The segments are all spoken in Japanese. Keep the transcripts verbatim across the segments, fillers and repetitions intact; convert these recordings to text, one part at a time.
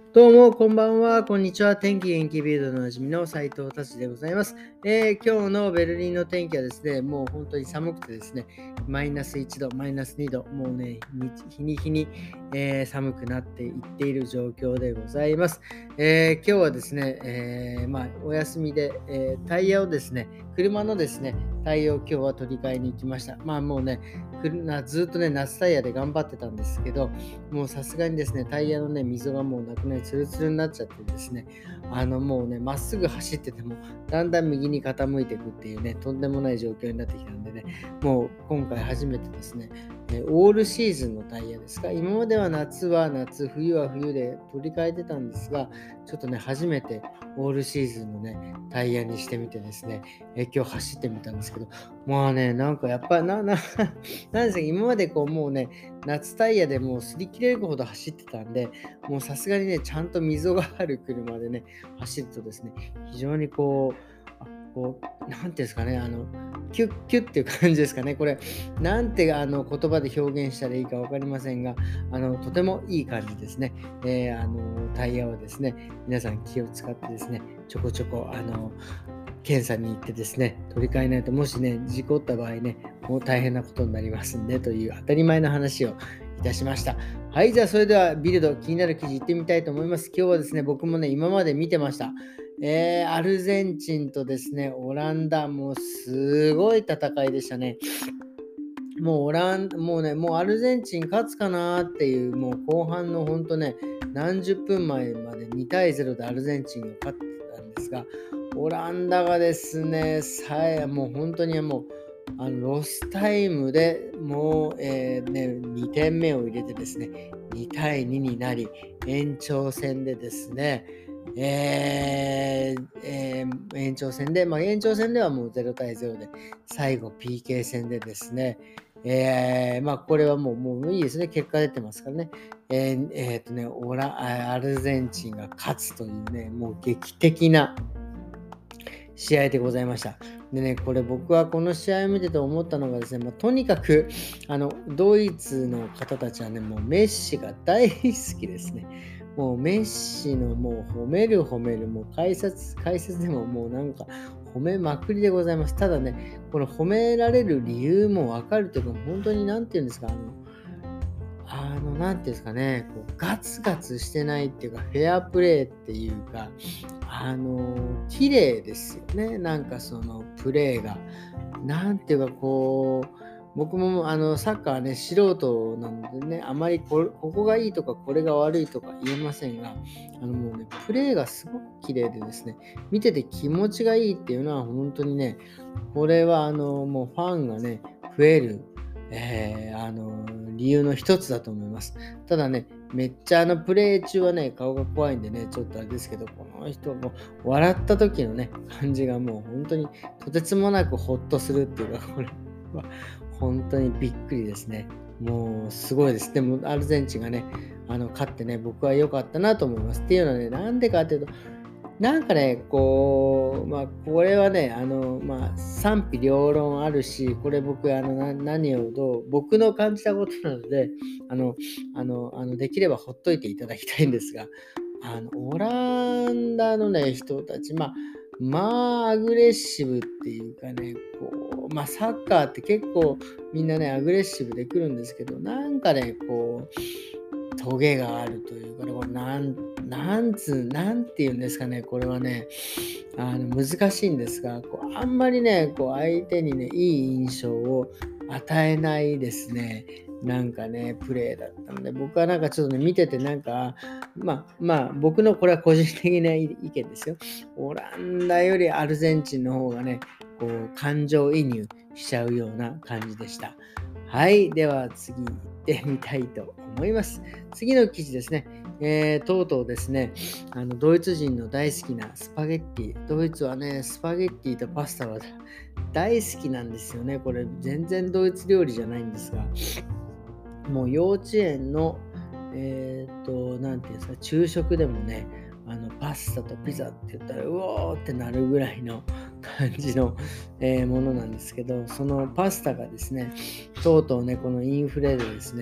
どうも、こんばんは。こんにちは。天気元気ビルドのおなじみの斉藤達でございます、えー今日のベルリンの天気はですね、もう本当に寒くてですね、マイナスいちど、マイナスにど、もうね、日日に日に、えー寒くなっていっている状況でございます。えー今日はですね、えーまあ、お休みで、えータイヤをですね、車のですね、タイヤを今日は取り替えに行きました。まあもうね、くるなずっとね、夏タイヤで頑張ってたんですけど、もうさすがにですね、タイヤのね、溝がもうなくなり、ツルツルになっちゃってですね、あのもうね、まっすぐ走ってても、だんだん右に傾いていくっていうね、とんでもない状況になってきたんでね、もう今回初めてですね、えーオールシーズンのタイヤですか、今までは夏は夏、冬は冬で取り替えてたんですが、ちょっとね、初めてオールシーズンのね、タイヤにしてみてですね、えー今日走ってみたんですけど、まあね、なんかやっぱ、な、な、なんですか、今までこうもうね、夏タイヤでもう擦り切れるほど走ってたんで、もうさすがにね、ちゃんと溝がある車でね、走るとですね、非常にこう、あこう、なんていうんですかね、あの、キュッキュッっていう感じですかね。これ、なんてあの言葉で表現したらいいか分かりませんが、あの、とてもいい感じですね。えーあの、タイヤはですね、皆さん気を使ってですね、ちょこちょこ、あの、検査に行ってですね、取り替えないと、もしね、事故った場合ね、もう大変なことになりますんで、という当たり前の話をいたしました。はい、じゃあそれではビルド、気になる記事いってみたいと思います。今日はですね、僕もね、今まで見てました。えー、アルゼンチンとですね、オランダ、もうすごい戦いでしたね。もうオラン、もうね、もうアルゼンチン勝つかなっていう、もう後半のほんとね、何十分前までにたいゼロでアルゼンチンが勝ってたんですが、オランダがですね、さえ、もう本当にもう、あのロスタイムでもう、えーね、にてんめを入れてですね、にたいにになり、延長戦でですね、えーえー延長戦で、まあ、延長戦ではもうゼロたいゼロで、最後 ピーケー 戦でですね、えー、まあこれはもう、もういいですね。結果出てますからね。えー、えーとね、オラ、あアルゼンチンが勝つというね、もう劇的な試合でございました。でね、これ僕はこの試合を見てて思ったのがですね、まあ、とにかくあのドイツの方たちはね、もうメッシが大好きですね。もうメッシのもう褒める褒める、もう解説、解説でももうなんか褒めまくりでございます。ただね、この褒められる理由もわかるというか、本当になんて言うんですか、あの、あの、なんていうんですかね、こうガツガツしてないっていうか、フェアプレーっていうか、あの、綺麗ですよね。なんかそのプレーが。なんていうかこう、僕もあのサッカーね、素人なのでね、あまりこここがいいとか、これが悪いとか言えませんが、あのもうね、プレーがすごく綺麗でですね、見てて気持ちがいいっていうのは本当にね、これはあのもうファンがね、増える、えーあの理由の一つだと思います。ただね、めっちゃあのプレー中はね、顔が怖いんでね、ちょっとあれですけど、この人も笑った時のね、感じがもう本当にとてつもなくホッとするっていうか、これは本当にびっくりですね。もうすごいです。でもアルゼンチンがね、あの勝ってね、僕は良かったなと思います。っていうのはね、なんでかっていうと、なんかね、こう、まあ、これはね、あの、まあ、賛否両論あるし、これ僕、あの、な何をどう、僕の感じたことなので、あの、あの、あのできればほっといていただきたいんですが、あの、オランダのね、人たち、まあ、まあ、アグレッシブっていうかね、こう、まあ、サッカーって結構みんなね、アグレッシブで来るんですけど、なんかね、こう、トゲがあるというかね、これなん、なんつう、なんていうんですかね、これはね、あの難しいんですが、こうあんまりね、こう相手にね、いい印象を与えないですね、なんかね、プレーだったので、僕はなんかちょっとね、見ててなんか、まあまあ、僕のこれは個人的な意見ですよ。オランダよりアルゼンチンの方がね、こう感情移入しちゃうような感じでした。はい、では次行ってみたいと思います。次の記事ですね。えーとうとうですね、あのドイツ人の大好きなスパゲッティ。ドイツはね、スパゲッティとパスタは大好きなんですよね。これ全然ドイツ料理じゃないんですが、もう幼稚園の、えーっと、なんていうんですか、昼食でもね、あのパスタとピザって言ったら、うおーってなるぐらいの感じの、えーものなんですけど、そのパスタがですね、とうとうね、このインフレでですね、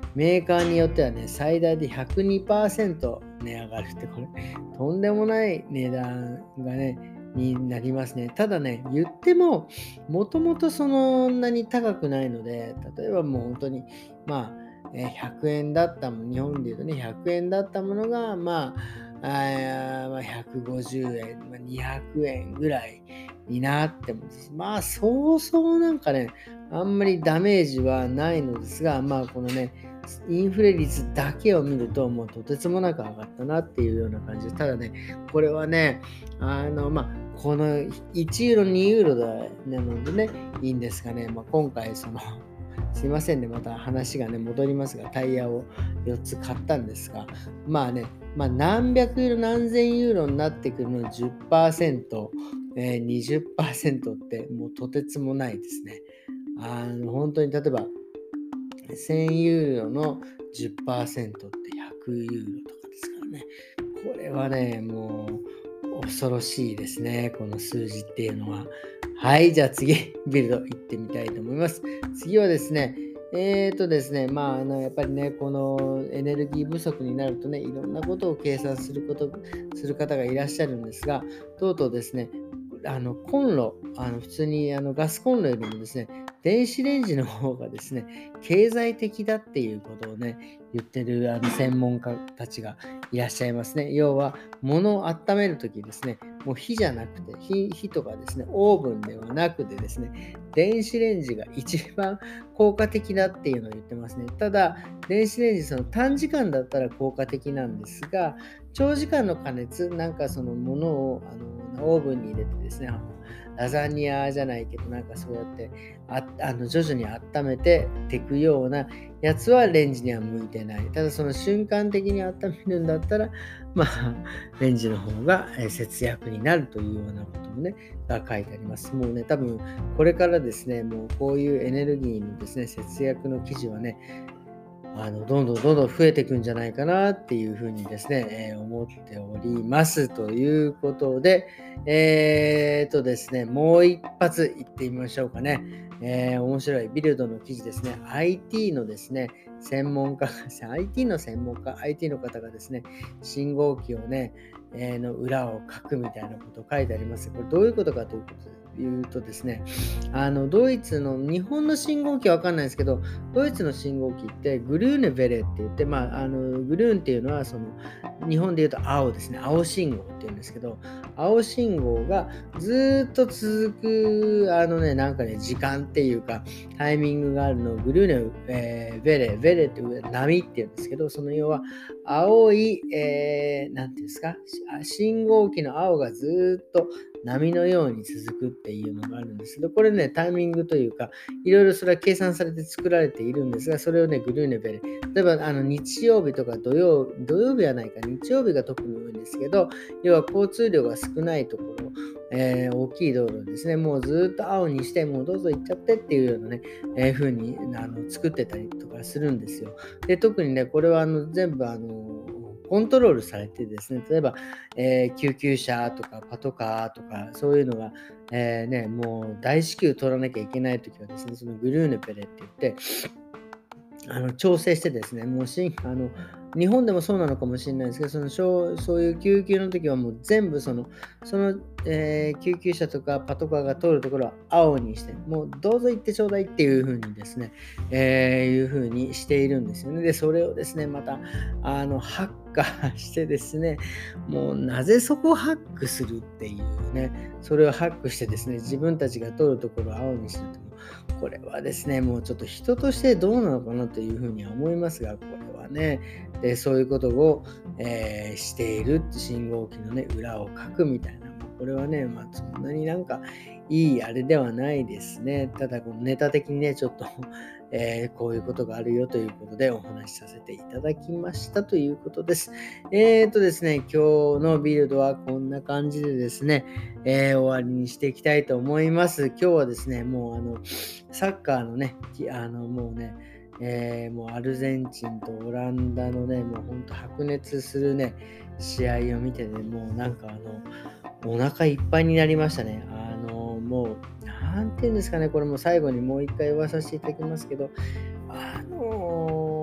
メーカーによってはね、最大で ひゃくにパーセント 値上がるって、これ、とんでもない値段がね、になりますね。ただね、言っても、もともとそんなに高くないので、例えばもう本当に、まあ、えーひゃくえんだったもの、日本で言うとね、ひゃくえんだったものが、まあ、あーまあひゃくごじゅうえん、まあ、にひゃくえんぐらいになってもです、まあ、そうそうなんかね、あんまりダメージはないのですが、まあ、このね、インフレ率だけを見ると、もうとてつもなく上がったなっていうような感じで、ただね、これはね、あの、まあ、このいちユーロ、にユーロだなのでね、いいんですがね、まあ、今回、その、すいませんね、また話がね、戻りますが、タイヤをよっつ買ったんですが、まあね、まあ、何百ユーロ、何千ユーロになってくるのじゅっパーセント、えー、にじゅっパーセントってもうとてつもないですね。あの、本当に例えば、せんユーロのじゅっパーセントってひゃくユーロとかですからね。これはね、もう恐ろしいですね。この数字っていうのは。はい、じゃあ次、ビルド行ってみたいと思います。次はですね、えーとですね、まあ、あのやっぱりね、このエネルギー不足になるとね、いろんなことを計算すること、する方がいらっしゃるんですが、とうとうですね、あのコンロ、あの普通にあのガスコンロよりもですね、電子レンジの方がですね、経済的だっていうことをね、言ってるあの専門家たちがいらっしゃいますね。要は、物を温めるときですね、もう火じゃなくて、火火とかですね、オーブンではなくてですね、電子レンジが一番効果的だっていうのを言ってますね。ただ、電子レンジ、その短時間だったら効果的なんですが、長時間の加熱、なんかそのものをあのオーブンに入れてですね、あのラザニアじゃないけど、なんかそうやってああの徐々に温めていくようなやつはレンジには向いてない。ただその瞬間的に温めるんだったら、まあ、レンジの方が節約になるというようなこともね、が書いてあります。もうね、多分これからですね、もうこういうエネルギーのですね、節約の記事はね、あのどんどんどんどん増えていくんじゃないかなっていうふうにですね、えー思っておりますということで、えー、とですね、もう一発いってみましょうかね。えー面白いビルドの記事ですね。アイティー のですね、専門家が、アイティー の専門家、アイティー の方がですね、信号機をね、えーの裏を書くみたいなことを書いてあります。これどういうことかということで言うとですね、あのドイツの、日本の信号機はわかんないですけど、ドイツの信号機ってグルーネベレって言って、まあ、あのグルーンっていうのはその日本で言うと青ですね。青信号っていうんですけど、青信号がずっと続く、あのね、なんかね、時間っていうか、タイミングがあるのをグルーネ、えー、ベレ、ベレって波っていうんですけど、その要は青い、えー、なんていうんですか、信号機の青がずっと波のように続くっていうのがあるんですけど、これね、タイミングというか、いろいろそれは計算されて作られているんですが、それをね、グルーネベル。例えば、あの日曜日とか土曜、土曜日はないか、日曜日が特に多いんですけど、要は交通量が少ないところ、えー大きい道路ですね、もうずっと青にして、もうどうぞ行っちゃってっていうようなね、えー風にあの作ってたりとかするんですよ。で、特にね、これはあの全部あの、コントロールされてですね、例えば、えー救急車とかパトカーとか、そういうのが、えーね、もう大至急取らなきゃいけないときはですね、そのグルーネペレって言って、あの調整してですね、もうしあの日本でもそうなのかもしれないですけど、そのそうそういう救急の時はもう全部その、その、えー救急車とかパトカーが通るところは青にして、もうどうぞ行ってちょうだいっていう風にですね、えーいう風にしているんですよね。で、それをですね、また、あの、ハッカーしてですね、もうなぜそこをハックするっていうね、それをハックしてですね、自分たちが通るところを青にすると、これはですね、もうちょっと人としてどうなのかなというふうには思いますが、これはね、でそういうことを、えーしているって信号機のね、裏を書くみたいな、これはね、まあ、そんなになんかいいあれではないですね。ただ、このネタ的にね、ちょっと、えーこういうことがあるよということでお話しさせていただきましたということです。えーとですね、今日のビルドはこんな感じでですね、えー終わりにしていきたいと思います。今日はですね、もうあの、サッカーのね、きあの、もうね、えーもうアルゼンチンとオランダのね、もうほんと白熱するね、試合を見てね、もうなんかあの、お腹いっぱいになりましたね。あの、もう、なんていうんですかね、これも最後にもう一回言わさせていただきますけど、あの、やっ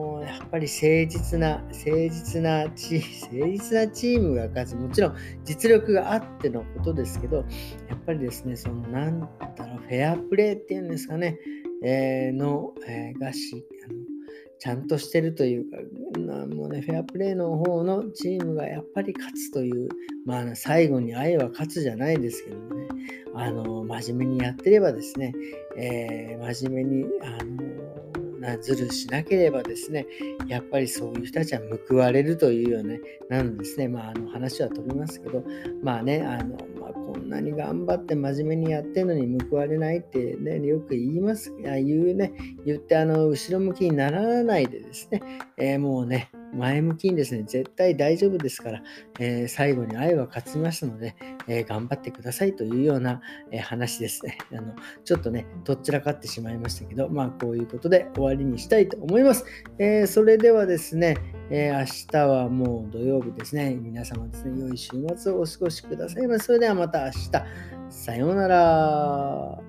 っぱり誠実な、誠実なチーム、誠実なチームが勝つ。もちろん実力があってのことですけど、やっぱりですね、そのなんだろう、フェアプレーっていうんですかね、えーの、えーがし、あのちゃんとしてるというか、なもうね、フェアプレーの方のチームがやっぱり勝つという、まあ、最後に愛は勝つじゃないですけどね、あの、真面目にやってればですね、えー真面目に、あの、なずるしなければですね、やっぱりそういう人たちは報われるというよね、なのですね、まあ、あの話は飛びますけど、まあね、あの、まあ、こんなに頑張って真面目にやってるのに報われないってね、よく言います、あ言うね、言ってあの後ろ向きにならないでですね、えーもうね、前向きにですね、絶対大丈夫ですから、えー最後に愛は勝ちましたので、えー頑張ってくださいというような、えー話ですね。あのちょっとね、どっちらかってしまいましたけど、まあこういうことで終わりにしたいと思います。えーそれではですね、えー明日はもう土曜日ですね。皆様ですね、良い週末をお過ごしくださいませ。それではまた明日。さようなら。